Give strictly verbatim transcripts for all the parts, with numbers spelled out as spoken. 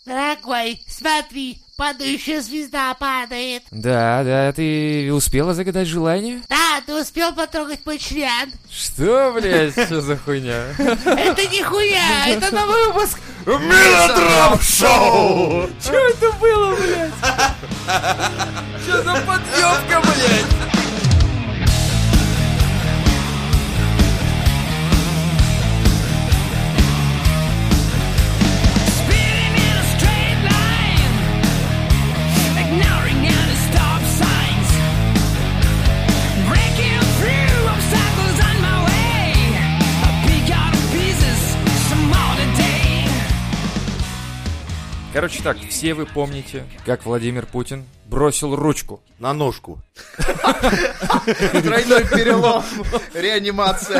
Дорогой, смотри, падающая звезда падает. Да, да, ты успела загадать желание? Да, ты успел потрогать мой член. Что, блядь, что за хуйня? Это не хуя, это новый выпуск Мелодрам-шоу! Что это было, блядь? Что за подъебка, блядь? Короче так, все вы помните, как Владимир Путин бросил ручку. На ножку. Тройной перелом. Реанимация.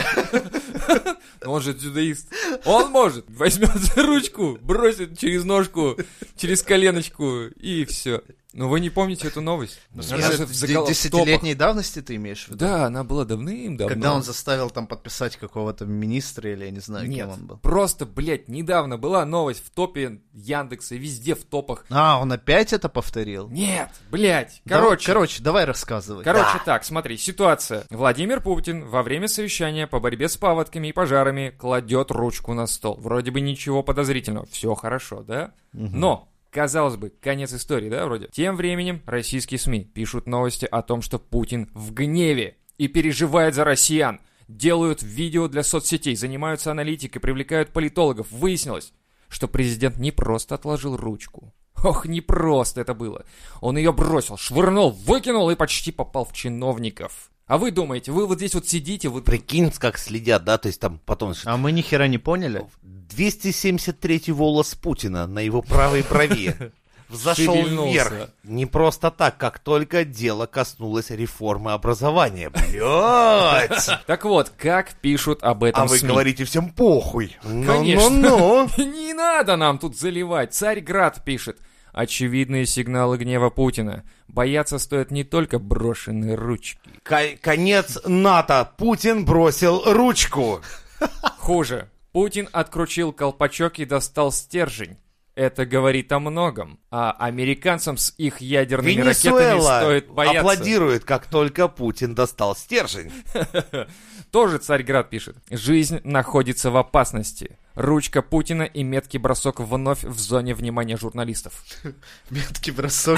Он же дзюдоист. Он может. Возьмет за ручку, бросит через ножку, через коленочку и все. Но вы не помните эту новость? Десятилетней давности ты имеешь в виду? Да, она была давным-давно. Когда он заставил там подписать какого-то министра или я не знаю, Нет, кем он был. Просто, блядь, недавно была новость в топе Яндекса, везде в топах. А, он опять это повторил? Нет, блядь, Короче, короче. короче, давай рассказывай. Короче, Да. так, смотри, ситуация. Владимир Путин во время совещания по борьбе с паводками и пожарами кладет ручку на стол. Вроде бы ничего подозрительного, все хорошо, да? Угу. Но... Казалось бы, конец истории, да, вроде? Тем временем российские СМИ пишут новости о том, что Путин в гневе и переживает за россиян. Делают видео для соцсетей, занимаются аналитикой, привлекают политологов. Выяснилось, что президент не просто отложил ручку. Ох, не просто это было. Он ее бросил, швырнул, выкинул и почти попал в чиновников. А вы думаете, вы вот здесь вот сидите... Вы... Прикинь, как следят, да? То есть там потом... А мы ни хера не поняли? двести семьдесят третий волос Путина на его правой брови взошел вверх. Не просто так, как только дело коснулось реформы образования. Блять! Так вот, как пишут об этом А вы СМИ? говорите, всем похуй. Конечно. Ну-ну-ну. Не надо нам тут заливать. Царьград пишет. Очевидные сигналы гнева Путина. Бояться стоит не только брошенные ручки. К- конец НАТО. Путин бросил ручку. Хуже. Путин открутил колпачок и достал стержень. Это говорит о многом. А американцам с их ядерными ракетами Венесуэла стоит бояться. аплодирует, как только Путин достал стержень. Тоже Царьград пишет. Жизнь находится в опасности. Ручка Путина и меткий бросок вновь в зоне внимания журналистов. Меткий бросок.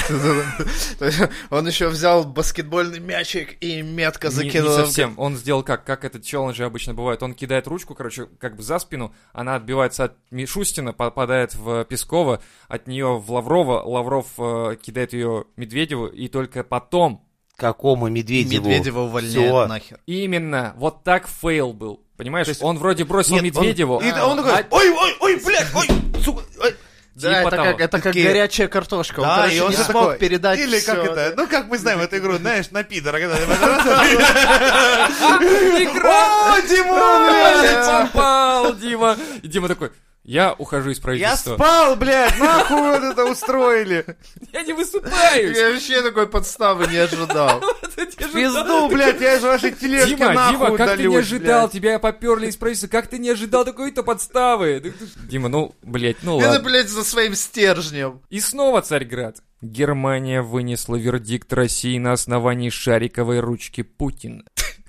Он еще взял баскетбольный мячик и метко закинул. Не, не совсем. Он сделал как? Как это челленджи обычно бывают. Он кидает ручку, короче, как бы за спину. Она отбивается от Мишустина, попадает в Пескова, от нее в Лаврова. Лавров э, кидает ее Медведеву, и только потом... Какому Медведеву? Медведева увольняет Всё. нахер. Именно. Вот так фейл был. Понимаешь? есть... Он вроде бросил Нет, Медведеву. Он, и а, он такой, а... ой, ой, ой, блядь, ой, сука, ой. Да, Типа это того. как, это как Такие... горячая картошка. Он, Да, короче, и он не же смог такой, передать или всё. как это, ну как мы знаем эту игру, знаешь, на пидора. О, Димон, блядь! Попал, Дима. И Дима такой... Я ухожу из Я правительства. спал, блядь, нахуй вот это устроили. Я не высыпаюсь. Я вообще такой подставы не ожидал. Пизду, блядь, я же ваши тележки Дима, нахуй Дима, как ты не удалю, ожидал? блядь. Тебя поперли из правительства. Как ты не ожидал такой-то подставы? Дима, ну, блядь, ну Это, ладно. блядь, за своим стержнем. И снова Царьград. Германия вынесла вердикт России на основании шариковой ручки Путина.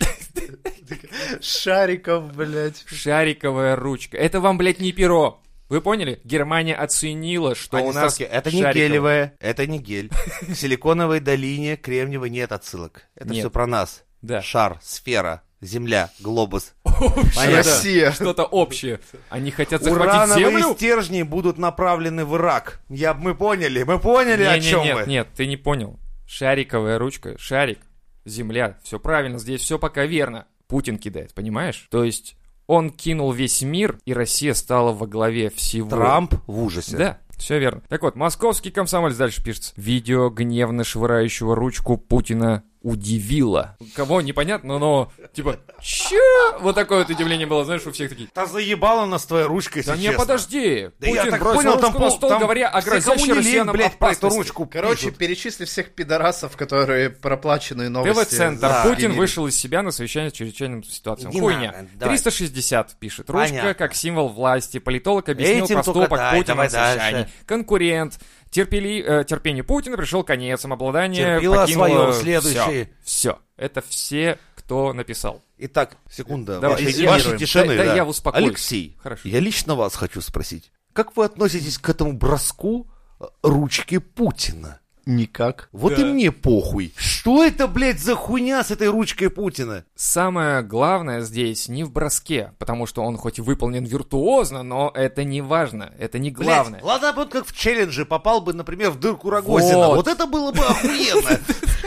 Шариков, блядь. Шариковая ручка. Это вам, блядь, не перо. Вы поняли? Германия оценила, что Они у нас ставки, это не шариковая. гелевое, это не гель. К силиконовой долине Кремниевой нет отсылок. Это Нет. все про нас. Да. Шар, сфера, земля, глобус. Россия. Что-то общее. Они хотят захватить Урановые землю? стержни будут направлены в Ирак. Я, мы поняли, мы поняли, Не, о не, чем нет, вы. нет, ты не понял. Шариковая ручка, шарик, земля, все правильно, здесь все пока верно. Путин кидает, понимаешь? То есть он кинул весь мир, и Россия стала во главе всего. Трамп в ужасе. Да, все верно. Так вот, московский комсомолец дальше пишется. Видео гневно швырающего ручку Путина удивило. Кого, непонятно, но типа, чё? Вот такое вот удивление было, знаешь, у всех такие. Да заебала нас твоя ручка, если Да не, честно. подожди. Да Путин я так бросил понял, ручку там на пол- стол, там говоря о все, кому грозящей не лень, россиянам блядь, просто опасности. ручку Короче, пишут. перечисли всех пидорасов, которые проплаченные новости. ТВ-центр. Да. Путин сгенерили. вышел из себя на совещании с чрезвычайным ситуациям. Не Хуйня. надо, давай. триста шестьдесят пишет. Ручка Понятно. как символ власти. Политолог объяснил Этим поступок только дай, Путина давай на совещании. дальше. Конкурент. Терпели, э, терпению Путина пришел конец. Самообладание Терпила покинуло... своё, следующий. Все. Это все, кто написал. Итак, секунда, Давай, вашей, резюмируем. вашей тишины. Да- да да. я успокоюсь. Алексей, Хорошо. я лично вас хочу спросить. Как вы относитесь к этому броску э, ручки Путина? Никак. Вот Да. и мне похуй. Что это, блядь, за хуйня с этой ручкой Путина? Самое главное здесь не в броске, потому что он хоть и выполнен виртуозно, но это не важно, это не Блядь, главное. ладно, вот как в челлендже попал бы, например, в дырку Рогозина. Вот. Вот это было бы охуенно.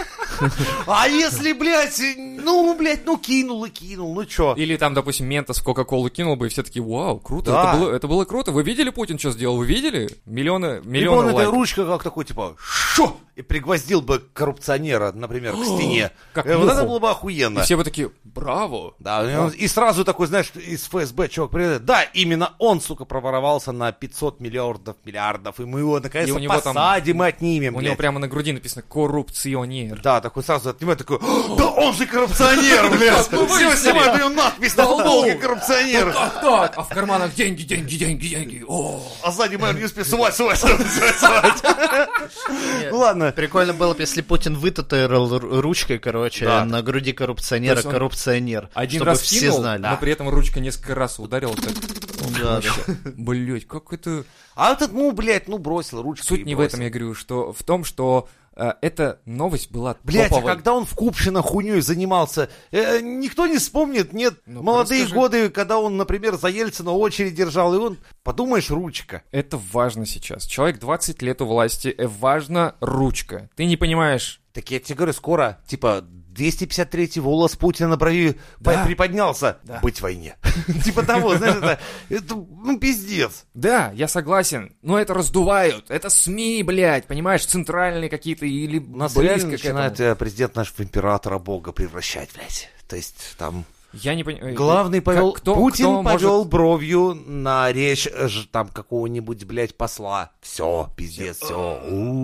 А если, блядь, ну, блядь, ну кинул и кинул, ну чё? Или там, допустим, Ментос в Кока-Колу кинул бы, и все такие, вау, круто, Да. это, было, это было круто. Вы видели, Путин что сделал? Вы видели? Миллионы, Либо он миллионы этой лайков. ручкой как такой, типа, шо, и пригвоздил бы коррупционера, например, к стене. как Э, вот муху. это было бы И охуенно. все бы такие, браво. Да, и он- и сразу такой, знаешь, из ФСБ чувак приедет. Да, именно он, сука, проворовался на пятьсот миллиардов, миллиардов, и мы его И наконец-то у него там- посадим и отнимем, У него блядь. прямо на груди написано «коррупционер». Да, такой сразу отнимает, такой, да он же коррупционер, блядь. Как вы Все, выяснили? снимают ее надпись на Да футболке ну. коррупционер. Как так? А в карманах деньги, деньги, деньги, деньги. О. А сзади мэр не успеет сувать, сувать, сувать, сувать, сувать. Ну ладно. Прикольно было бы, если Путин вытатуировал ру- ручкой, короче, Да. на груди То коррупционера есть он коррупционер. Один чтобы раз все кинул, знали. но при этом ручка несколько раз ударила. Так. Да, да. Блять, как это... А этот, ну, блядь, ну бросил ручку. Суть и не в бросил. этом, я говорю, что в том, что э, эта новость была Блять, а топовой. когда он в Купшино хуйней занимался, э, никто не вспомнит, нет, Ну, молодые расскажи. годы, когда он, например, за Ельцина очередь держал, и он, подумаешь, ручка. Это важно сейчас. Человек двадцать лет у власти, э, важна ручка. Ты не понимаешь... Так я тебе говорю, скоро, типа, двести пятьдесят третий волос Путина на брови Да. по- приподнялся. Да. Быть в войне. Типа того, знаешь, это, это, ну, пиздец. Да, я согласен, но это раздувают. Это СМИ, блядь, понимаешь, центральные какие-то или У нас близко реально к этому. начинает э, президент наш в императора бога превращать, блядь. То есть, там... Я не понимаю. Главный повел, кто, Путин кто повел может- бровью на речь э, ж- там какого-нибудь, блядь, посла. Все, пиздец, все.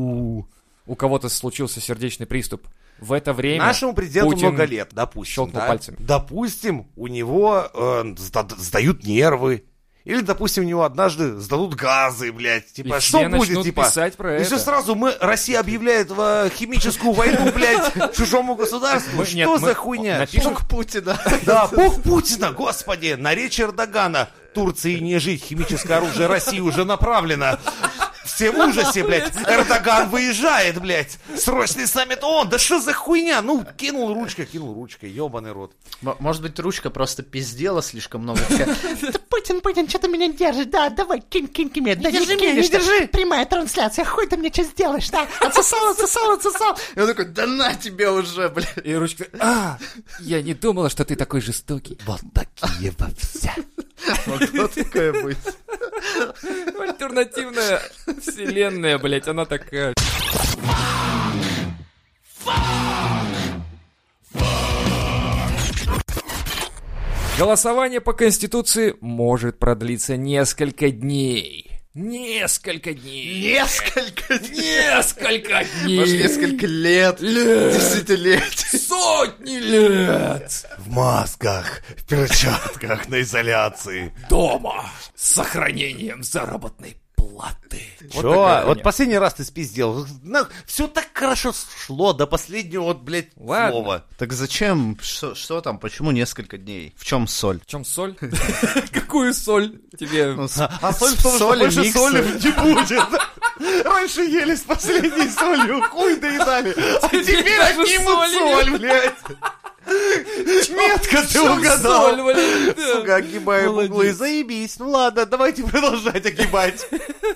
У кого-то случился сердечный приступ. В это время Нашему президенту Путин много лет, допустим. щелкнул да? пальцами. Допустим, у него э, сда- сдают нервы. Или, допустим, у него однажды сдадут газы, блядь. Типа, И что все будет, начнут типа? писать про И все это. сразу мы, Россия объявляет э, химическую войну, блядь, чужому государству. Мы- Что нет, за мы хуйня? напишем- Бог Путина. Да, бог Путина, господи, на речь Эрдогана. Турции не жить, химическое оружие России уже направлено. Все в ужасе, блядь. Эрдоган выезжает, блядь. Срочный саммит ООН. Да что за хуйня? Ну, кинул ручкой, кинул ручкой, ебаный рот. М- Может быть, ручка просто пиздела слишком много. Такая, Да, Путин, Путин, что ты меня держишь? Да, давай, кинь, кинь, кинь меня. Да держи не меня, кинешь, не да. держи. Прямая трансляция, хуй ты мне что сделаешь, да? Отсосал, отсосал, отсосал. И он такой, да на тебе уже, блядь. И ручка... А, я не думала, что ты такой жестокий. Вот такие во все. Могло такое быть. Альтернативная вселенная, блядь, она такая. Голосование по Конституции может продлиться несколько дней. Несколько дней. Несколько дней. Несколько дней. Может, несколько лет. Лет. Десятилетий. Сотни лет. В масках, в перчатках, на изоляции. Дома. С сохранением заработной платы. Вот Чё? такая Вот хуйня. последний раз ты спиздел. Все так хорошо шло до последнего, вот, блядь, Ладно. слова. Так зачем? Что, что там? Почему несколько дней? В чем соль? В чем соль? Какую соль тебе? Ну, с- А соль с- в том, что соли, больше миксы. соли не будет. Раньше ели с последней солью, хуй доедали. А теперь даже отнимут соли соль, блядь. Метко ты Соль, угадал. блядь, да. Сука, огибаем Молодец. углы, заебись. Ну ладно, давайте продолжать огибать.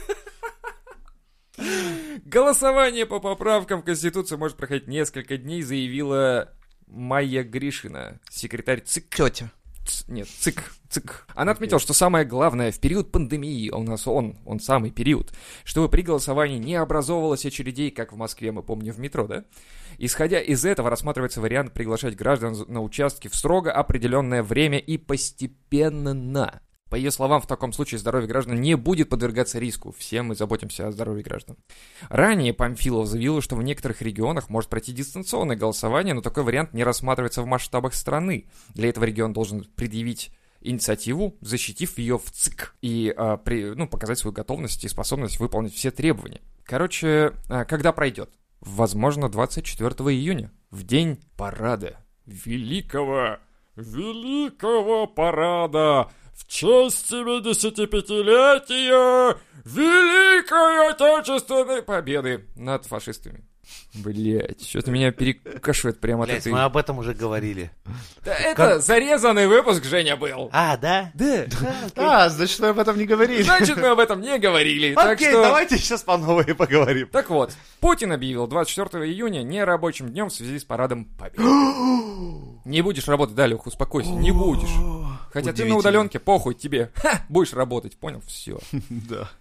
Голосование по поправкам в Конституцию может проходить несколько дней, заявила Майя Гришина, секретарь ЦИК. Тетя. Ц- Нет, ЦИК, ЦИК. Она отметила, что самое главное в период пандемии, а у нас он, он самый период, чтобы при голосовании не образовывалось очередей, как в Москве, мы помним, в метро, да? Исходя из этого, рассматривается вариант приглашать граждан на участки в строго определенное время и постепенно. По ее словам, в таком случае здоровье граждан не будет подвергаться риску. Все мы заботимся о здоровье граждан. Ранее Памфилов заявила, что в некоторых регионах может пройти дистанционное голосование, но такой вариант не рассматривается в масштабах страны. Для этого регион должен предъявить инициативу, защитив ее в ЦИК, и а, при, ну, показать свою готовность и способность выполнить все требования. Короче, а, когда пройдет? Возможно, двадцать четвёртого июня, в день парада. Великого, великого парада! В честь семидесятипятилетия Великой Отечественной Победы над фашистами. Блять, что-то меня перекашивает прямо от Блядь, этой... мы об этом уже говорили. Да это зарезанный выпуск, Женя, был. А, да? Да. А, значит, мы об этом не говорили. Значит, мы об этом не говорили. Так Окей, что... давайте сейчас по новой поговорим. Так вот, Путин объявил двадцать четвёртого июня нерабочим днем в связи с парадом Победы. Не будешь работать, да, Лех, успокойся, не будешь. Хотя ты на удаленке, похуй тебе. Ха, будешь работать, понял? Все. Да.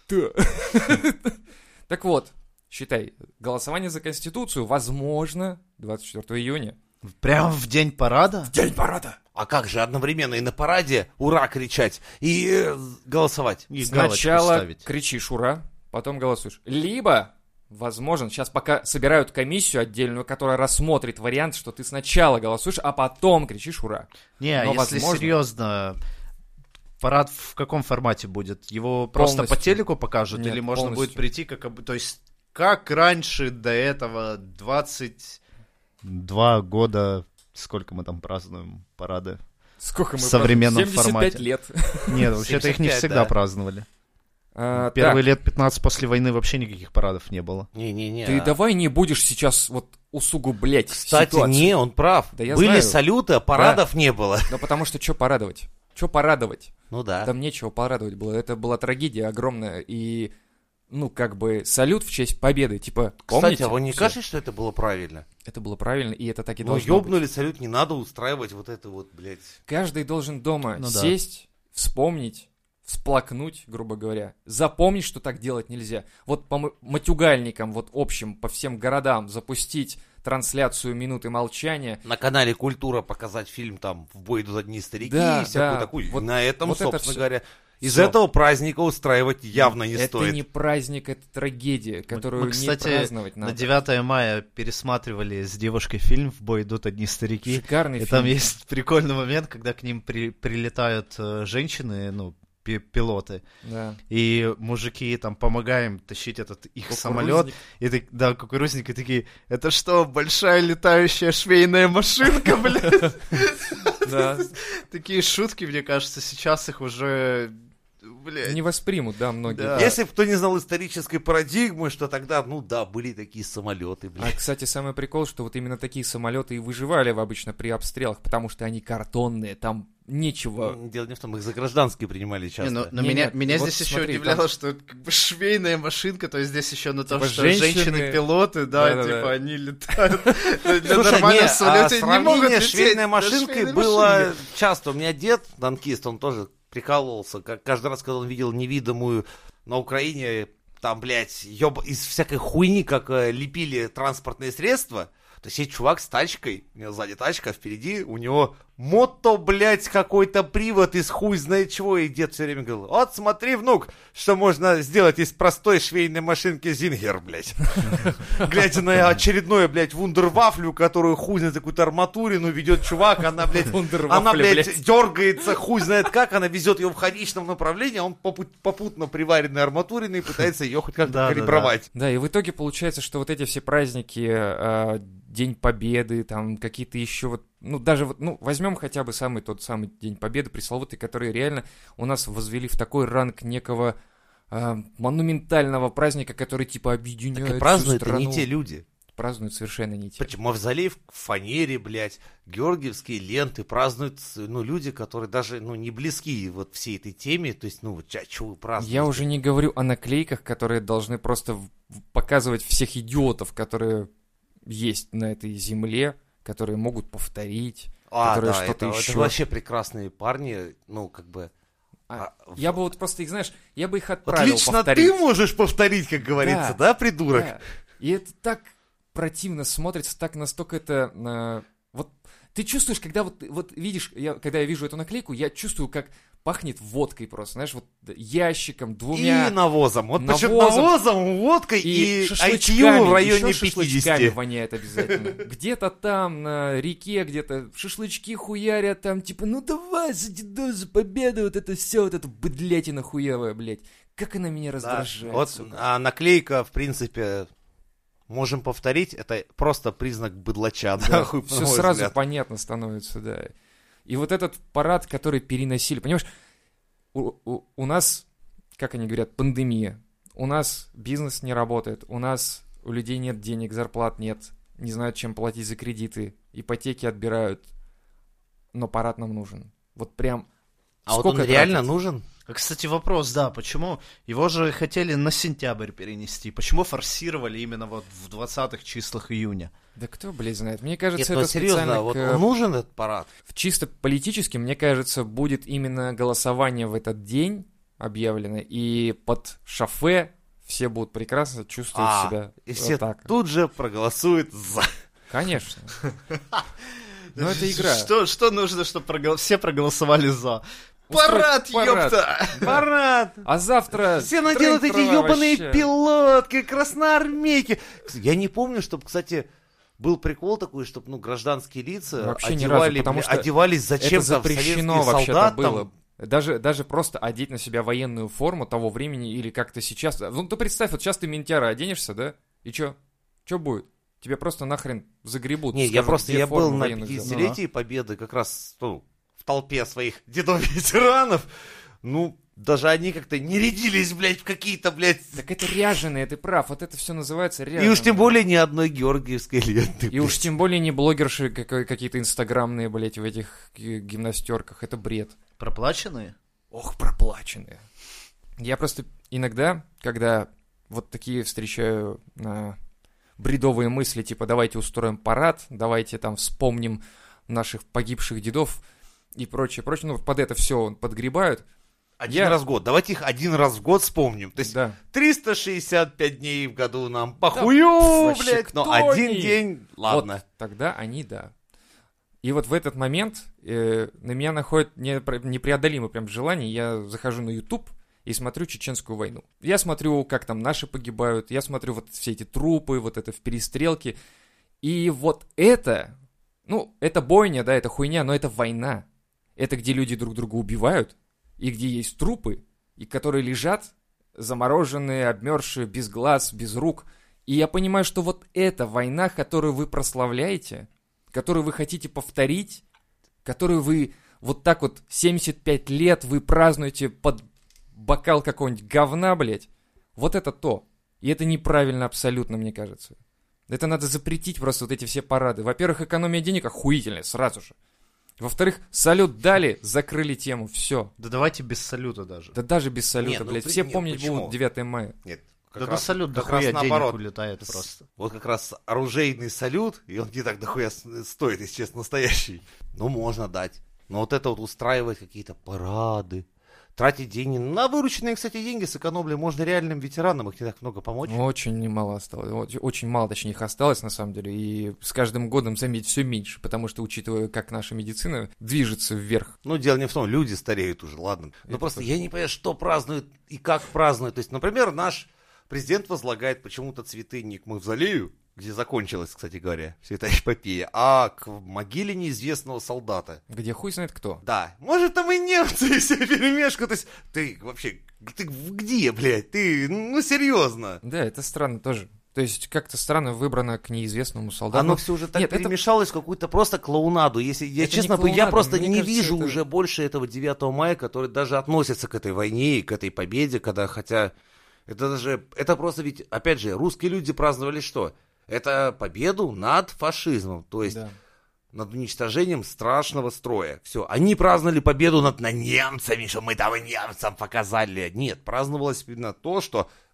Так вот, считай, голосование за Конституцию возможно двадцать четвёртого июня. Прям в день парада? День парада! А как же одновременно и на параде «Ура!» кричать и э, голосовать? И галочку Сначала ставить. кричишь «Ура!», потом голосуешь. Либо, возможно, сейчас пока собирают комиссию отдельную, которая рассмотрит вариант, что ты сначала голосуешь, а потом кричишь «Ура!». Не, Но если возможно- серьезно, парад в каком формате будет? Его просто по Полностью. телеку покажут? Нет, или можно полностью. будет прийти, как об- то есть как раньше до этого двадцать два года, сколько мы там празднуем парады? Сколько мы В современном празднуем? семьдесят пять формате. лет. Нет, вообще-то их не семьдесят пять, всегда да. праздновали. А, Первые так, лет пятнадцать после войны вообще никаких парадов не было. Не-не-не. ты а- давай не будешь сейчас вот усугублять Кстати, ситуацию. не, он прав. Да я Были знаю. салюты, а парадов не было. Да потому что что порадовать? Что порадовать? Ну да. Там нечего порадовать было. Это была трагедия огромная. И, ну, как бы, салют в честь победы. Типа, помните? Кстати, а вам не Всё. кажется, что это было правильно? Это было правильно, и это так и Ну, должно быть. ёбнули салют, не надо устраивать вот это вот, блядь. Каждый должен дома Ну да. сесть, вспомнить, всплакнуть, грубо говоря, запомнить, что так делать нельзя. Вот по м- матюгальникам, вот общим, по всем городам запустить трансляцию минуты молчания. На канале «Культура» показать фильм там «В бой идут одни старики» Да, и всякую да. такую. Вот- На этом, вот это собственно всё. говоря, из Всё. этого праздника устраивать явно не это стоит. не праздник, это трагедия, которую Мы, кстати, не праздновать на надо. девятое мая пересматривали с девушкой фильм «В бой идут одни старики». Шикарный И фильм. там есть прикольный момент, когда к ним при- прилетают э, женщины, ну, пи- пилоты, Да. и мужики там помогаем тащить этот их Кукурузник. самолет, и так, да, кукурузник, и такие, это что, большая летающая швейная машинка, блядь? Да. Такие шутки, мне кажется, сейчас их уже, блядь. Не воспримут, да, многие. Да. Если бы кто не знал исторической парадигмы, что тогда, ну да, были такие самолеты, А, блядь. кстати, самый прикол, что вот именно такие самолеты и выживали в- обычно при обстрелах, потому что они картонные, там нечего. Дело не в том, их за гражданские принимали Не, часто. ну, но Не, меня, нет, меня вот здесь еще смотри, удивляло, там- что как бы швейная машинка, то есть здесь еще на то, Типа что женщины- женщины-пилоты, да, Да-да-да. типа они летают. На Слушай, нормальном не, самолете а не могут сравнение лететь. с швейной на машинкой швейной было машинке. часто. У меня дед, танкист, он тоже прикалывался. Как- Каждый раз, когда он видел невидимую на Украине, там, блядь, ёб... из всякой хуйни, как э, лепили транспортные средства, то есть есть чувак с тачкой, у него сзади тачка, а впереди у него мото, блядь, какой-то привод из хуй знает чего, и дед все время говорил, вот смотри, внук, что можно сделать из простой швейной машинки Зингер, блядь. Глядя на очередное, блядь, вундервафлю, которую хуй знает какую-то арматурину ведет чувак, она, блядь, Вундервафля, она, блядь, блядь. дергается, хуй знает как, она везет ее в конечном направлении, а он попут- попутно приваренной арматуриной пытается ее хоть как-то Да, да, да. калибровать. Да, и в итоге получается, что вот эти все праздники, э, День Победы, там какие-то еще вот, ну даже вот, ну возьмем хотя бы самый тот самый День Победы пресловутый, который реально у нас возвели в такой ранг некого э, монументального праздника, который типа объединяет Так и всю празднуют и страну. не те люди. Празднуют совершенно не те. Почему? Мавзолей в фанере, блядь, георгиевские ленты празднуют, ну, люди, которые даже, ну, не близки вот всей этой теме, то есть, ну, ча, чего вы празднуете? Я уже не говорю о наклейках, которые должны просто в- в- показывать всех идиотов, которые есть на этой земле, которые могут повторить. А, которые да, что-то это, еще... это вообще прекрасные парни, ну, как бы... А, а, я бы вот просто их, знаешь, я бы их Вот отправил лично повторить. ты можешь повторить, как говорится, да, Да, придурок? Да. И это так противно смотрится, так настолько это... э, вот ты чувствуешь, когда вот, вот видишь, я, когда я вижу эту наклейку, я чувствую, как пахнет водкой просто, знаешь, вот ящиком, двумя... И навозом. Вот насчет навозом. навозом, водкой и, И ай кью шашлычками, в районе еще шашлычками пятидесяти. воняет обязательно. Где-то там, на реке, где-то шашлычки хуярят, там типа, ну давай, за дедов, за победу, вот это все, вот это быдлятина хуевая, блядь. Как она меня Да. раздражает, Вот сука. а наклейка, в принципе, можем повторить, это просто признак быдлача. Да, нахуй, на все мой сразу взгляд. понятно становится, да. И вот этот парад, который переносили, понимаешь, у, у, у нас, как они говорят, пандемия. У нас бизнес не работает, у нас у людей нет денег, зарплат нет, не знают, чем платить за кредиты, ипотеки отбирают, но парад нам нужен. Вот прям А вот сколько он реально тратить? нужен? А, кстати, вопрос, да, почему его же хотели на сентябрь перенести? Почему форсировали именно вот в двадцатых числах июня? Да кто, блядь, знает. Мне кажется, Нет, ну это серьезно, специально вот к- он нужен этот парад? в чисто политически, мне кажется, будет именно голосование в этот день объявлено, и под шофе все будут прекрасно чувствовать А, себя и вот все так. тут же проголосуют за. Конечно. Но это игра. Что, что нужно, чтобы прогол- все проголосовали за? Устроить Парад, парад. ёпта! Парад! А завтра... Все наделают эти трын-трава ебаные вообще. пилотки, красноармейки. Я не помню, чтобы, кстати, был прикол такой, чтобы, ну, гражданские лица Вообще ни одевали, разу, потому бля, что одевались зачем-то Это в запрещено советские вообще-то солдат, было. там. Даже, даже просто одеть на себя военную форму того времени или как-то сейчас... Ну, ты представь, вот сейчас ты ментяра оденешься, да? И чё? Чё будет? Тебе просто нахрен загребут. Не, я скажут, просто, где я был форму на военную взял. пятидесятилетии Победы как раз, ну, в толпе своих дедов-ветеранов. Ну, даже они как-то не рядились, блядь, в какие-то, блядь... Так это ряженые, ты прав. Вот это все называется И ряженые. уж тем более ни одной георгиевской ленты. И уж тем более не блогерши какой- какие-то инстаграмные, блядь, в этих ги- гимнастерках. Это бред. Проплаченные? Ох, проплаченные. Я просто иногда, когда вот такие встречаю а, бредовые мысли, типа давайте устроим парад, давайте там вспомним наших погибших дедов и прочее, прочее, ну под это все подгребают. Один Я- раз в год. Давайте их один раз в год вспомним. То есть Да. триста шестьдесят пять дней в году нам похую, вообще блядь. Но кто один они? день, ладно. Вот тогда они, да. И вот в этот момент э, на меня находит непре- непреодолимое прям желание. Я захожу на YouTube и смотрю чеченскую войну. Я смотрю, как там наши погибают. Я смотрю вот все эти трупы, вот это в перестрелке. И вот это, ну, это бойня, да, это хуйня, но это война. Это где люди друг друга убивают, и где есть трупы, и которые лежат замороженные, обмерзшие, без глаз, без рук. И я понимаю, что вот эта война, которую вы прославляете, которую вы хотите повторить, которую вы вот так вот семьдесят пять лет вы празднуете под бокал какого-нибудь говна, блядь, вот это то. И это неправильно абсолютно, мне кажется. Это надо запретить просто вот эти все парады. Во-первых, экономия денег охуительная сразу же. Во-вторых, салют дали, закрыли тему, все. Да давайте без салюта даже. Да даже без салюта, Не, ну, блядь. при- Все нет, помнить почему? будут девятое мая. Нет. как Да на раз- салют как дохуя раз денег наоборот. улетает С- просто. Вот как раз оружейный салют, и он не так дохуя с- стоит, если честно, настоящий. Ну, можно дать. Но вот это вот устраивать какие-то парады, тратить деньги на вырученные, кстати, деньги сэкономили. Можно реальным ветеранам их не так много помочь. Очень немало осталось. Очень, очень мало, точнее, их осталось, на самом деле. И с каждым годом, заметь, все меньше. Потому что, учитывая, как наша медицина движется вверх. Ну, дело не в том, люди стареют уже, ладно. Но Это просто точно. я не понимаю, что празднуют и как празднуют. То есть, например, наш президент возлагает почему-то цветы не к мавзолею, где закончилась, кстати говоря, вся эта эпопея, а к могиле неизвестного солдата. Где хуй знает кто. Да, может там и немцы, и вся перемешка. То есть, ты вообще, ты где, блядь? Ты, ну, серьезно. Да, это странно тоже. То есть, как-то странно выбрано к неизвестному солдату. Оно все уже так Нет, это- перемешалось в какую-то просто клоунаду. Если я Это честно, не я клоунада, просто мне не кажется, вижу это- уже больше этого девятого мая, который даже относится к этой войне и к этой победе, когда, хотя, это даже, это просто ведь, опять же, русские люди праздновали что? Это победу над фашизмом, то есть Да. над уничтожением страшного строя. Все, они праздновали победу над, над немцами, что мы там и немцам показали. Нет, праздновалось именно то, что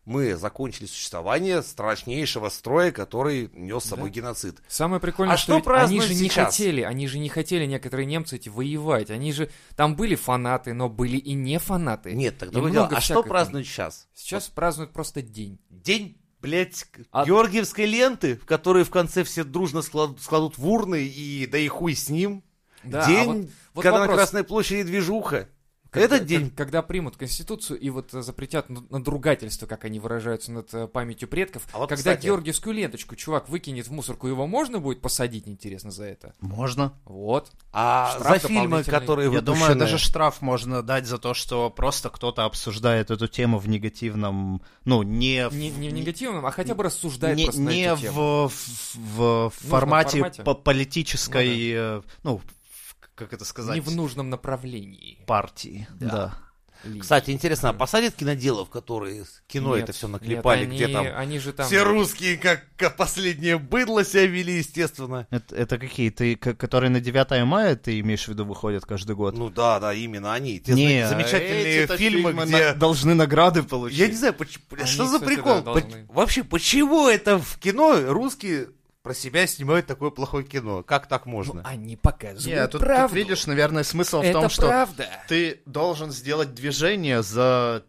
мы закончили существование страшнейшего строя, который нес с собой Да. геноцид. Самое прикольное, А что, что ведь они празднуют же не сейчас? хотели, они же не хотели, некоторые немцы эти, воевать. Они же, там были фанаты, но были и не фанаты. Нет, тогда И вы дело, много а что всяких там. празднуют сейчас? Сейчас празднуют просто день. День, блядь, А- георгиевской ленты, в которые в конце все дружно склад- складут в урны, и да и хуй с ним. Да, а День, вот- вот когда вопрос. на Красной площади движуха. Когда, Этот день... как- когда примут Конституцию и вот э, запретят н- надругательство, как они выражаются, над э, памятью предков, А вот, когда кстати- георгиевскую ленточку чувак выкинет в мусорку, его можно будет посадить, интересно, за это? Можно. Вот. А Штраф за фильмы, дополнительный. которые Я думаю, выпущены... даже штраф можно дать за то, что просто кто-то обсуждает эту тему в негативном, ну, не в, Не, не в негативном, а хотя бы рассуждает не, просто на не эту тему. в, в, в формате, формате. по- политической, э, ну, в- как это сказать, Не в нужном направлении. партии. Да. Да. Линии. Кстати, интересно, а посадят киноделов, которые с кино Нет, это все нет, наклепали, они, где там... они же там... Все русские, как, как последнее быдло себя вели, естественно. Это, это какие? Ты, к- которые на девятое мая, ты имеешь в виду, выходят каждый год? Ну да, да, именно они. Те Не, замечательные эти-то фильмы, фильмы где... на- должны награды получить. Я не знаю, поч- Они, что за кстати, прикол? да, По- должны. Вообще, почему это в кино русские про себя снимают такое плохое кино? Как так можно? Ну, они показывают Не, тут, тут правду. видишь, наверное, смысл в это том, что правда. ты должен сделать движение за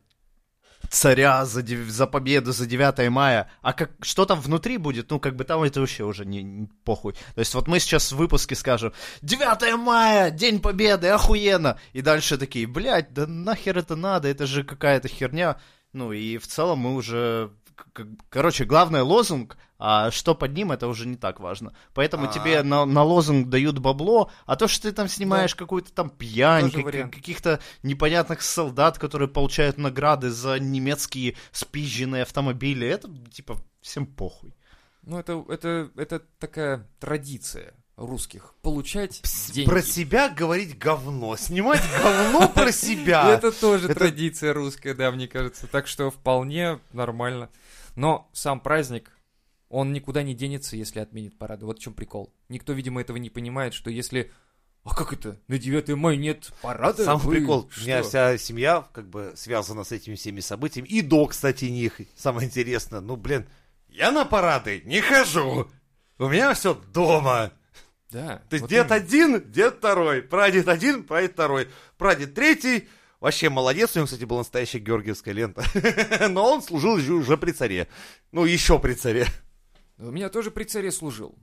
царя, за, дев- за победу, за девятое мая, а как, что там внутри будет, ну, как бы там это вообще уже не, не похуй. То есть вот мы сейчас в выпуске скажем девятое мая, День Победы, охуенно, и дальше такие, блядь, да нахер это надо, это же какая-то херня. Ну, и в целом мы уже... к- к- Короче, главный лозунг, а что под ним, это уже не так важно. Поэтому А. тебе на, на лозунг дают бабло, а то, что ты там снимаешь какую-то там пьянь, Тоже как- вариант. каких-то непонятных солдат, которые получают награды за немецкие спизженные автомобили, это, типа, всем похуй. Ну, это, это, это такая традиция русских. Получать деньги. Про себя говорить говно, снимать говно про себя. Это тоже Это- традиция русская, да, мне кажется. Так что вполне нормально. Но сам праздник, он никуда не денется, если отменит парады. Вот в чем прикол. Никто, видимо, этого не понимает, что если... А как это? На девятое мая нет парада? Самый Вы прикол, у меня что? вся семья как бы связана с этими всеми событиями. И до, кстати, них. Самое интересное, ну, блин, я на парады не хожу. У меня все дома. Да. То есть вот дед именно. один, дед второй, прадед один, прадед второй, прадед третий. Вообще молодец, у него, кстати, была настоящая георгиевская лента. Но он служил же уже при царе. Ну, еще при царе. У меня тоже при царе служил.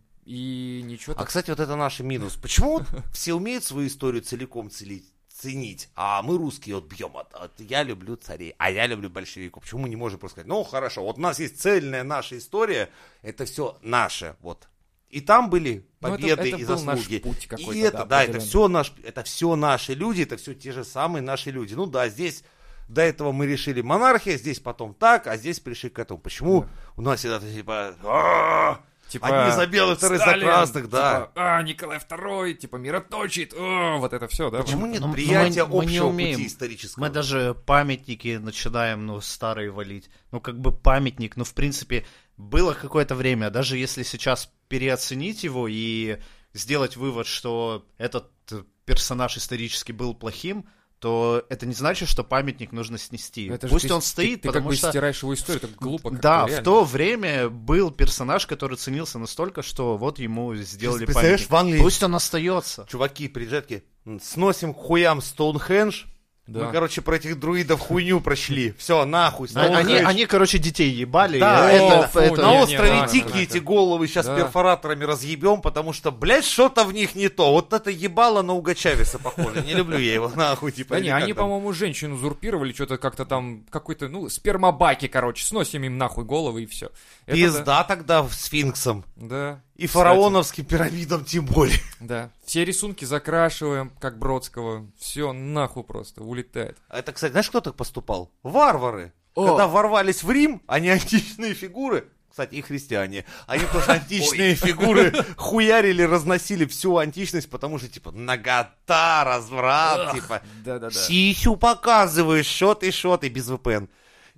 И ничего А, так... кстати, вот это наш минус. Почему вот все умеют свою историю целиком цели- ценить, а мы, русские, вот бьем от, от я люблю царей, а я люблю большевиков. Почему мы не можем просто сказать, ну, хорошо, вот у нас есть цельная наша история, это все наше, вот. И там были Ну, это- победы это и был наш заслуги. путь какой-то, И это, да, да, это определенный. все, наш, это все наши люди, это все те же самые наши люди. Ну да, здесь до этого мы решили монархия, здесь потом так, а здесь пришли к этому. Почему у нас всегда типа... «А-а-а!» Типа, Одни за белых, вторые за Сталин, красных, да. Типа, а, Николай второй, типа, мироточит, о, вот это все, да? Почему вот. нет Ну, приятия мы- мы не общего умеем. пути исторического? Мы даже памятники начинаем, ну, старые валить. Ну, как бы памятник, ну, в принципе, было какое-то время, даже если сейчас переоценить его и сделать вывод, что этот э, персонаж исторически был плохим, то это не значит, что памятник нужно снести. Это же Пусть ты- он ты- стоит, ты, потому как бы что... стираешь его историю, так глупо как-то, Да, в реально. то время был персонаж, который ценился настолько, что вот ему сделали Представляешь, памятник. в Англии Пусть он остается. чуваки приезжают такие, «М, сносим к хуям Стоунхендж. Да. Мы, короче, про этих друидов хуйню прочли. Все, нахуй, А- Они, Стоунхендж. они, короче, детей ебали. Да, и это- фу, это- На не, не, острове ладно, Тики ладно. эти головы сейчас Да. перфораторами разъебем, потому что, блядь, что-то в них не то. Вот это ебало на Уга Чавеса похоже. Не люблю я его, нахуй, типа. Да или не, как они, там. по-моему, женщину узурпировали, что-то как-то там, какой-то, ну, спермобаки, короче, сносим им нахуй головы и все. Пизда тогда в сфинксом. Да. И Кстати, фараоновским пирамидам тем более. Да. Все рисунки закрашиваем, как Бродского. Все, нахуй просто, улетает. Это, кстати, знаешь, кто так поступал? Варвары. О. Когда ворвались в Рим, они античные фигуры, кстати, и христиане, они тоже античные фигуры хуярили, разносили всю античность, потому что, типа, нагота, разврат, типа, Да-да-да. сисю показываешь, шот и шот, и без вэ пэ эн.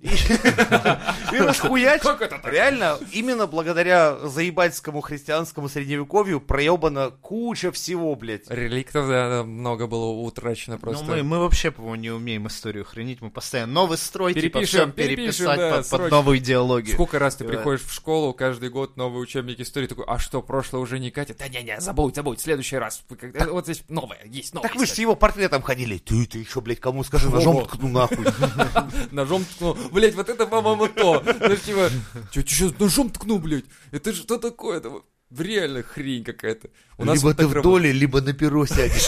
И расхуяч. Как это так? Реально, именно благодаря заебательскому христианскому средневековью проебана куча всего, блядь. Реликтов, да, да, много было утрачено просто. Ну, мы, мы вообще, по-моему, не умеем историю хранить, мы постоянно новый строй, типа, Перепишем, всё перепишем, переписать да, под, под срочно. новую идеологию. Сколько раз ты Да. приходишь в школу, каждый год новый учебник истории, такой, а что, прошлое уже не катит? Да не-не, забудь, забудь, в следующий раз. Вы когда- Вот здесь новое, есть новое. Так вы же с его портретом ходили. Ты, ты еще, блядь, кому скажи, ножом ткну нахуй. Ножом ткну. Блять, вот это, по-моему, то. Знаешь, типа, чё, ты сейчас ножом ткну, блядь? Это же что такое? Это вот реально хрень какая-то. У нас Либо вот ты так в работает. доле, либо на перо сядешь.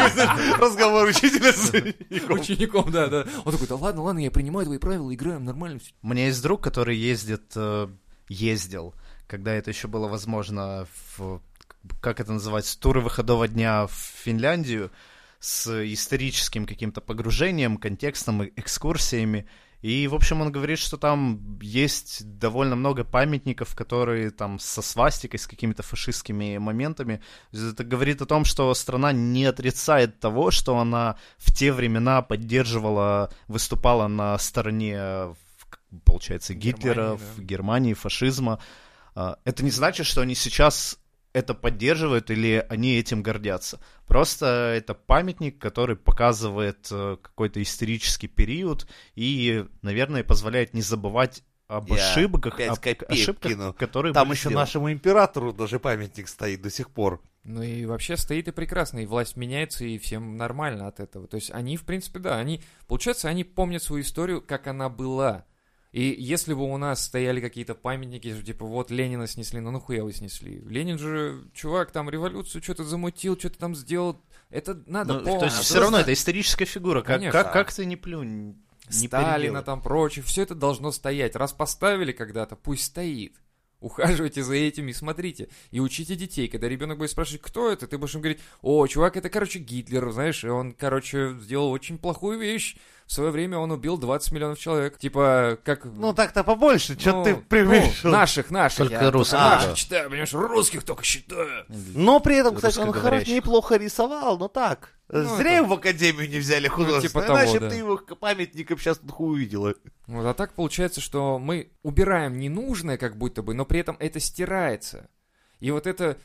Разговор учителя с учеником. Учеником, да, да. Он такой, да ладно, ладно, я принимаю твои правила, играем, нормально все. У меня есть друг, который ездит, э, ездил, когда это еще было возможно, в, как это называется, туры выходного дня в Финляндию с историческим каким-то погружением, контекстом, и экскурсиями. И, в общем, он говорит, что там есть довольно много памятников, которые там со свастикой, с какими-то фашистскими моментами. Это говорит о том, что страна не отрицает того, что она в те времена поддерживала, выступала на стороне, получается, Гитлера, Германии, да. в Германии, фашизма. Это не значит, что они сейчас это поддерживают или они этим гордятся. Просто это памятник, который показывает э, какой-то исторический период и, наверное, позволяет не забывать об Я ошибках, пять об копеек ошибках, кину. которые Там были еще сделаны. нашему императору даже памятник стоит до сих пор. Ну и вообще стоит и прекрасно, и власть меняется, и всем нормально от этого. То есть они, в принципе, да, они, получается, они помнят свою историю, как она была. И если бы у нас стояли какие-то памятники, что, типа, вот Ленина снесли, ну нахуя вы снесли? Ленин же, чувак, там революцию что-то замутил, что-то там сделал. Это надо Ну, помнить. то есть все равно это историческая фигура. Как, Конечно. как, как ты не плюнь, не Сталина переделай. там прочее, все это должно стоять. Раз поставили когда-то, пусть стоит. Ухаживайте за этим и смотрите. И учите детей. Когда ребенок будет спрашивать, кто это, ты будешь им говорить, о, чувак, это, короче, Гитлер, знаешь, и он, короче, сделал очень плохую вещь. В свое время он убил двадцать миллионов человек. Типа, как... Ну так-то побольше, что ну, ты превышил. ну, наших, наших. Только я русских, только наших да. читаю, понимаешь, русских только считаю. Но при этом, кстати, он Русскоговорящих. хорошо, неплохо рисовал, но так. Ну, Зря это- его в академию не взяли художественную, типа того, иначе да. ты его к памятникам сейчас тут хуй увидела. Вот, а так получается, что мы убираем ненужное, как будто бы, но при этом это стирается. И вот это...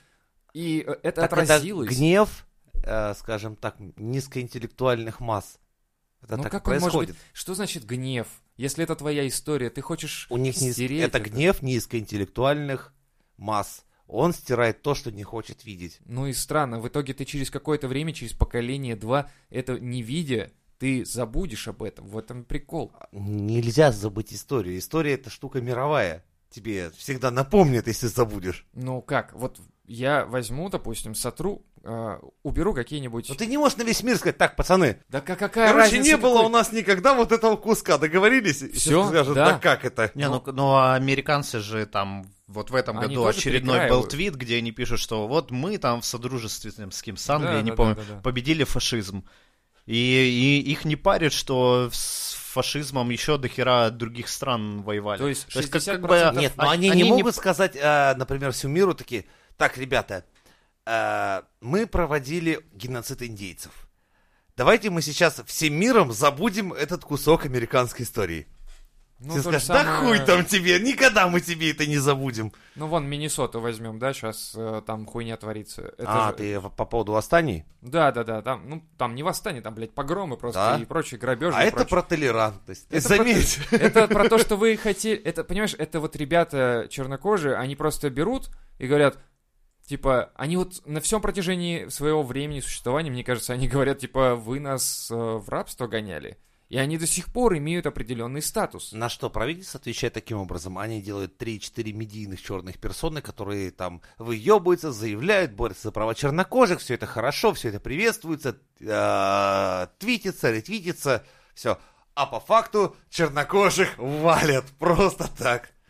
И э, это Так отразилось. это гнев, э, скажем так, низкоинтеллектуальных масс. Это Ну так как он может происходит. быть? Что значит гнев? Если это твоя история, ты хочешь У них не- стереть это гнев низкоинтеллектуальных масс. Он стирает то, что не хочет видеть. Ну и странно, в итоге ты через какое-то время, через поколение-два, это не видя, ты забудешь об этом. В этом прикол. Нельзя забыть историю. История — это штука мировая. Тебе всегда напомнят, если забудешь. Ну как, вот я возьму, допустим, сотру, э, уберу какие-нибудь... Но ты не можешь на весь мир сказать, так, пацаны, Да как, какая короче, разница, не было какой- у нас никогда вот этого куска. Договорились? И Всё, скажут, да. да как это? Не, ну, ну а американцы же там вот в этом Они году тоже очередной был перекраивают. твит, где они пишут, что вот мы там в содружестве там, с кем с Англией, Да, я не да, помню, да, да, да. победили фашизм. И, и их не парит, что с фашизмом еще до хера других стран воевали. То есть как- шестьдесят как бы, процентов Нет, но а- они, они не не- могут сказать, э, например, всему миру такие, так, ребята, э, мы проводили геноцид индейцев. Давайте мы сейчас всем миром забудем этот кусок американской истории. Ну, Ты то же скажешь, да самое- хуй там тебе, никогда мы тебе это не забудем. Ну вон Миннесоту возьмем, да, сейчас там хуйня творится. Это а, же- ты в- по поводу восстаний? Да, да, да, там, ну, там не восстание, там, блядь, погромы просто Да? и прочие грабежи. А и это прочее. про толерантность. Это Заметь. про, это про то, что вы хотели... Это, понимаешь, это вот ребята чернокожие, они просто берут и говорят, типа, они вот на всем протяжении своего времени существования, мне кажется, они говорят, типа, вы нас э, в рабство гоняли. И они до сих пор имеют определенный статус. На что правительство отвечает таким образом? Они делают три-четыре медийных черных персоны, которые там выебываются, заявляют, борются за права чернокожих, все это хорошо, все это приветствуется, э, твитится, ретвитится, все. А по факту чернокожих валят просто так.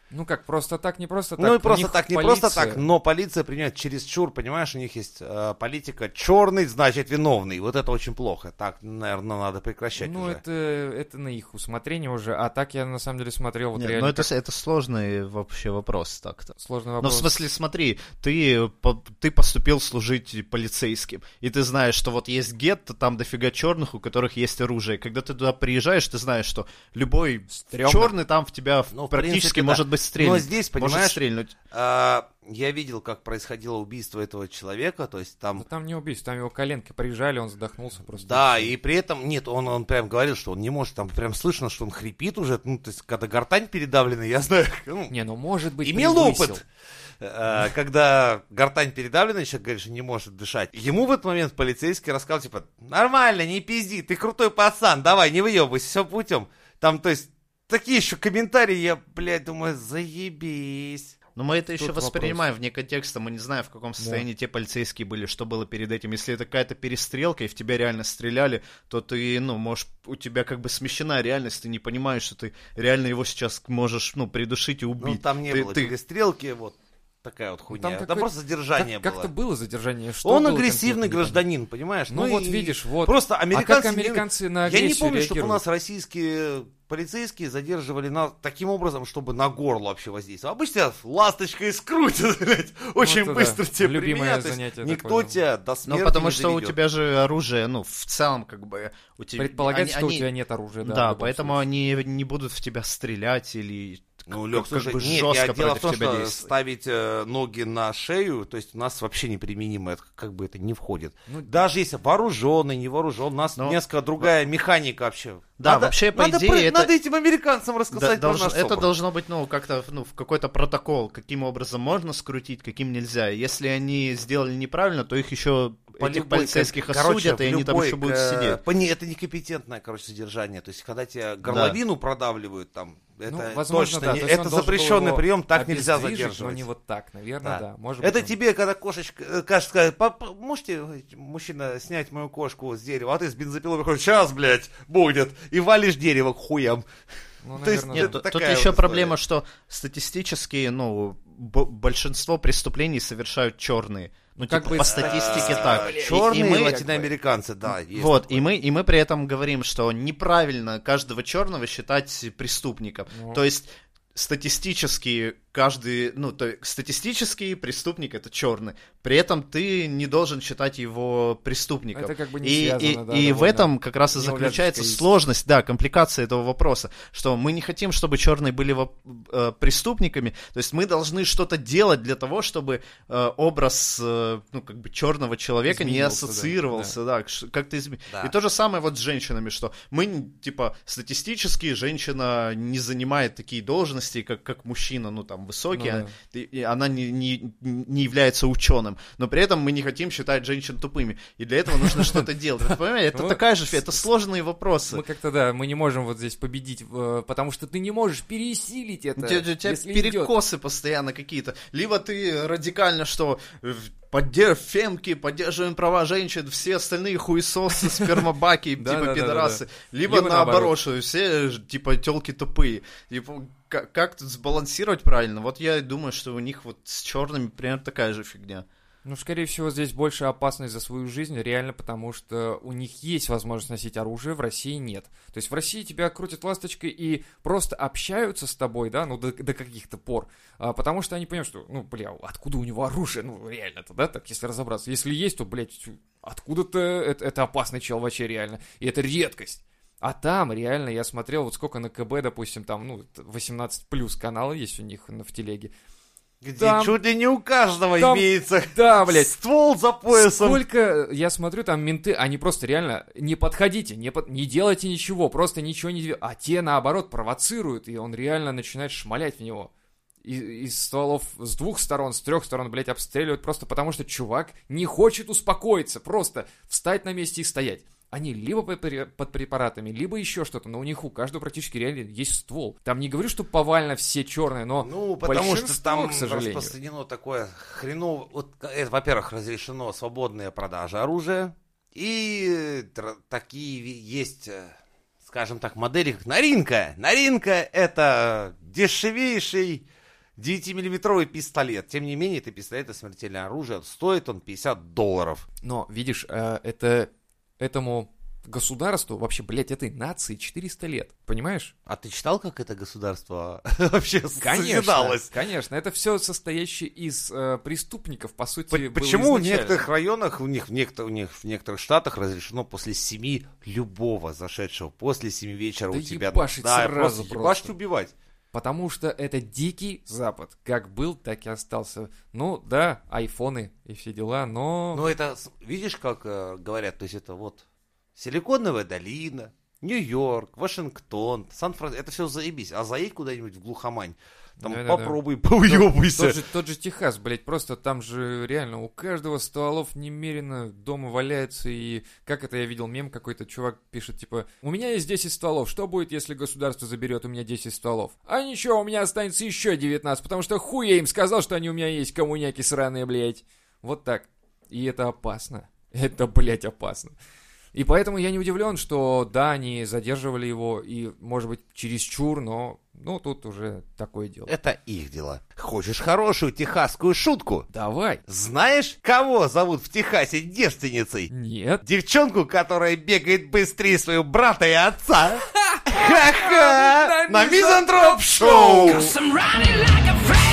Ну как, просто так, не просто так. Ну и У просто них так, не полиция- просто так, но полиция принимает чересчур, понимаешь, у них есть э, политика черный, значит виновный. Вот это очень плохо. Так, наверное, надо прекращать Ну уже. это, это на их усмотрение уже, а так я на самом деле смотрел вот Нет, реально ну это, как это сложный вообще вопрос так-то. сложный Ну, вопрос. в смысле, смотри, ты, по- ты поступил служить полицейским, и ты знаешь, что вот есть гетто, там дофига черных, у которых есть оружие. Когда ты туда приезжаешь, ты знаешь, что любой Стрёмно. черный там в тебя Ну, в практически принципе, да. может быть стрельнуть. Но здесь, может понимаешь, стрельнуть. а, я видел, как происходило убийство этого человека, то есть там... Да там не убийство, там его коленки прижали, он задохнулся просто. Да, и при этом, нет, он, он прям говорил, что он не может, там прям слышно, что он хрипит уже, ну, то есть, когда гортань передавлена, я знаю, ну, Не, ну может быть имел превысил. опыт, э, когда гортань передавлена, человек говорит, что не может дышать. Ему в этот момент полицейский рассказал, типа, нормально, не пизди, ты крутой пацан, давай, не выебывайся, все путем. Там, то есть, такие еще комментарии, я, блядь, думаю, заебись. Но мы это еще Тут воспринимаем вне контекста, мы не знаем, в каком состоянии те полицейские были, что было перед этим. Если это какая-то перестрелка, и в тебя реально стреляли, то ты, ну, можешь, у тебя как бы смещена реальность, ты не понимаешь, что ты реально его сейчас можешь, ну, придушить и Ну, убить. там не Ты- было ты- перестрелки, вот такая вот хуйня. там Там, какой- просто задержание Как, было. как-то было задержание. Что Он было агрессивный конкретно, гражданин, понимаешь? Ну, вот и видишь, вот. Просто А американцы... как не- американцы на Я не агрессию помню, чтобы у реагируют? нас российские полицейские задерживали нас таким образом, чтобы на горло вообще воздействовать. Обычно ласточкой скрутят, блядь, очень это да. быстро тебе Любимое применят. То есть занятие никто такое. тебя до смерти Ну, потому не что у доведет. тебя же оружие, ну, в целом, как бы, у тебя... Предполагается, они- что они- у тебя нет оружия, да. Да, в любом поэтому случае. они не будут в тебя стрелять или... Ну, как- Лёх, как слушай, бы нет, жестко я, дело в против том, тебя что действовать. ставить э, ноги на шею, то есть у нас вообще неприменимо, это как бы это не входит. Ну, Даже если вооруженный, не вооружен, у нас Но- несколько другая механика вообще. Да, Надо- вообще, по надо идее, про- это- Надо этим американцам Да, рассказать долж- про наш это СОБР. должно быть, ну, как-то, ну, в какой-то протокол, каким образом можно скрутить, каким нельзя. Если они сделали неправильно, то их еще, По этих любой, полицейских как- короче, осудят, и в они там любой, еще будут э, сидеть. по- не, это некомпетентное, короче, содержание. То есть, когда тебе горловину продавливают, там, это Ну, возможно, точно да. не- То есть он это должен был запрещенный его прием, так нельзя обездвижить, задерживать. Но не вот так, наверное, да. Да. Может Это быть, он- тебе, когда кошечка, э, кажется, сказать, «Папа, можете, мужчина, снять мою кошку с дерева, а ты с бензопилой выходишь, сейчас, блядь, будет, и валишь дерево к хуям. Ну, То есть наверное, нет, да. это Тут такая еще вот проблема, история. что статистически, ну, б- большинство преступлений совершают черные. Ну, Как типа, бы, по статистике А, так. И- и Черные мы- латиноамериканцы, да. есть Вот, такое. и мы, и мы при этом говорим, что неправильно каждого черного считать преступником. Ну. То есть статистически каждый, ну, то есть статистический преступник это черный. При этом ты не должен считать его преступником. Это как бы не и связано, и, да, и в довольно этом как раз и неувязочка заключается есть. сложность, да, компликация этого вопроса, что мы не хотим, чтобы черные были во- э, преступниками, то есть мы должны что-то делать для того, чтобы э, образ, э, ну, как бы черного человека не Изменился, да, ассоциировался, да, ш- как-то изме- Да. И то же самое вот с женщинами, что мы, н- типа, статистически женщина не занимает такие должности, как, как мужчина, ну, там, высокий, Ну а- и, и она не, не, не является ученым, но при этом мы не хотим считать женщин тупыми, и для этого нужно что-то делать. Вы понимаете, это Ну, такая же, фи- это сложные вопросы. Мы как-то, да, мы не можем вот здесь победить, э, потому что ты не можешь пересилить это. У тебя, у тебя если идет. перекосы постоянно какие-то. Либо ты радикально, что э, поддерж... фемки, поддерживаем права женщин, все остальные хуесосы, спермобаки, Да, типа да, да, пидорасы. да. Либо Либо наоборот, наоборот. что все, э, типа, телки тупые. Типа, как, как тут сбалансировать правильно? Вот я думаю, что у них вот с черными примерно такая же фигня. Ну, скорее всего, здесь больше опасность за свою жизнь, реально, потому что у них есть возможность носить оружие, в России нет. То есть в России тебя крутят ласточкой и просто общаются с тобой, да, ну, до, до каких-то пор, а, потому что они понимают, что, ну, бля, откуда у него оружие, ну, реально-то, да, так, если разобраться. Если есть, то, блядь, откуда-то это, это опасный чел вообще реально, и это редкость. А там, реально, я смотрел, вот сколько на КБ, допустим, там, ну, восемнадцать плюс каналы есть у них в телеге. Где Там- чуть ли не у каждого там- имеется Да, блядь. ствол за поясом. Сколько, я смотрю, там менты, они просто реально, не подходите, не, под- не делайте ничего, просто ничего не делайте. А те, наоборот, провоцируют, и он реально начинает шмалять в него. И- из стволов с двух сторон, с трех сторон, блядь, обстреливают просто потому, что чувак не хочет успокоиться, просто встать на месте и стоять. Они либо под пре- под препаратами, либо еще что-то, но у них у каждого практически реально есть ствол. Там не говорю, что повально все черные, но Ну, потому что большинство, там к сожалению. распространено такое хреново... Вот, это, во-первых, разрешено свободная продажа оружия. И тр- такие ви- есть, э, скажем так, модели, как Наринка. Наринка — это дешевейший девятимиллиметровый пистолет. Тем не менее, это пистолет, это смертельное оружие. Стоит он пятьдесят долларов. Но, видишь, э, это этому государству, вообще, блядь, этой нации четыреста лет, понимаешь? А ты читал, как это государство вообще Конечно, созидалось? конечно. Это все состоящее из э, преступников, по сути, По- было Почему в изначально. некоторых районах, у них, в, некотор- у них в некоторых штатах разрешено после семи любого зашедшего, после семи вечера Да у тебя... ебашить да, сразу просто просто. ебашить, убивать. Потому что это дикий Запад. Как был, так и остался. Ну, да, айфоны и все дела, но... Но это, с- видишь, как э, говорят, то есть это вот Силиконовая долина, Нью-Йорк, Вашингтон, Сан-Франциско, это все заебись. А заедь куда-нибудь в глухомань, там Да-да-да. попробуй, поуебайся. Тот же, тот же Техас, блядь, просто там же реально у каждого стволов немерено дома валяется, и как это я видел мем, какой-то чувак пишет, типа, у меня есть десять стволов, что будет, если государство заберет у меня десять стволов? А ничего, у меня останется еще девятнадцать, потому что хуй я им сказал, что они у меня есть, коммуняки сраные, блядь. Вот так. И это опасно. Это, блядь, опасно. И поэтому я не удивлен, что, да, они задерживали его, и, может быть, чересчур, но, ну, тут уже такое дело. Это их дела. Хочешь хорошую техасскую шутку? Давай. Знаешь, кого зовут в Техасе девственницей? Нет. Девчонку, которая бегает быстрее своего брата и отца. Ха-ха! На Мизантроп Шоу! I'm riding like a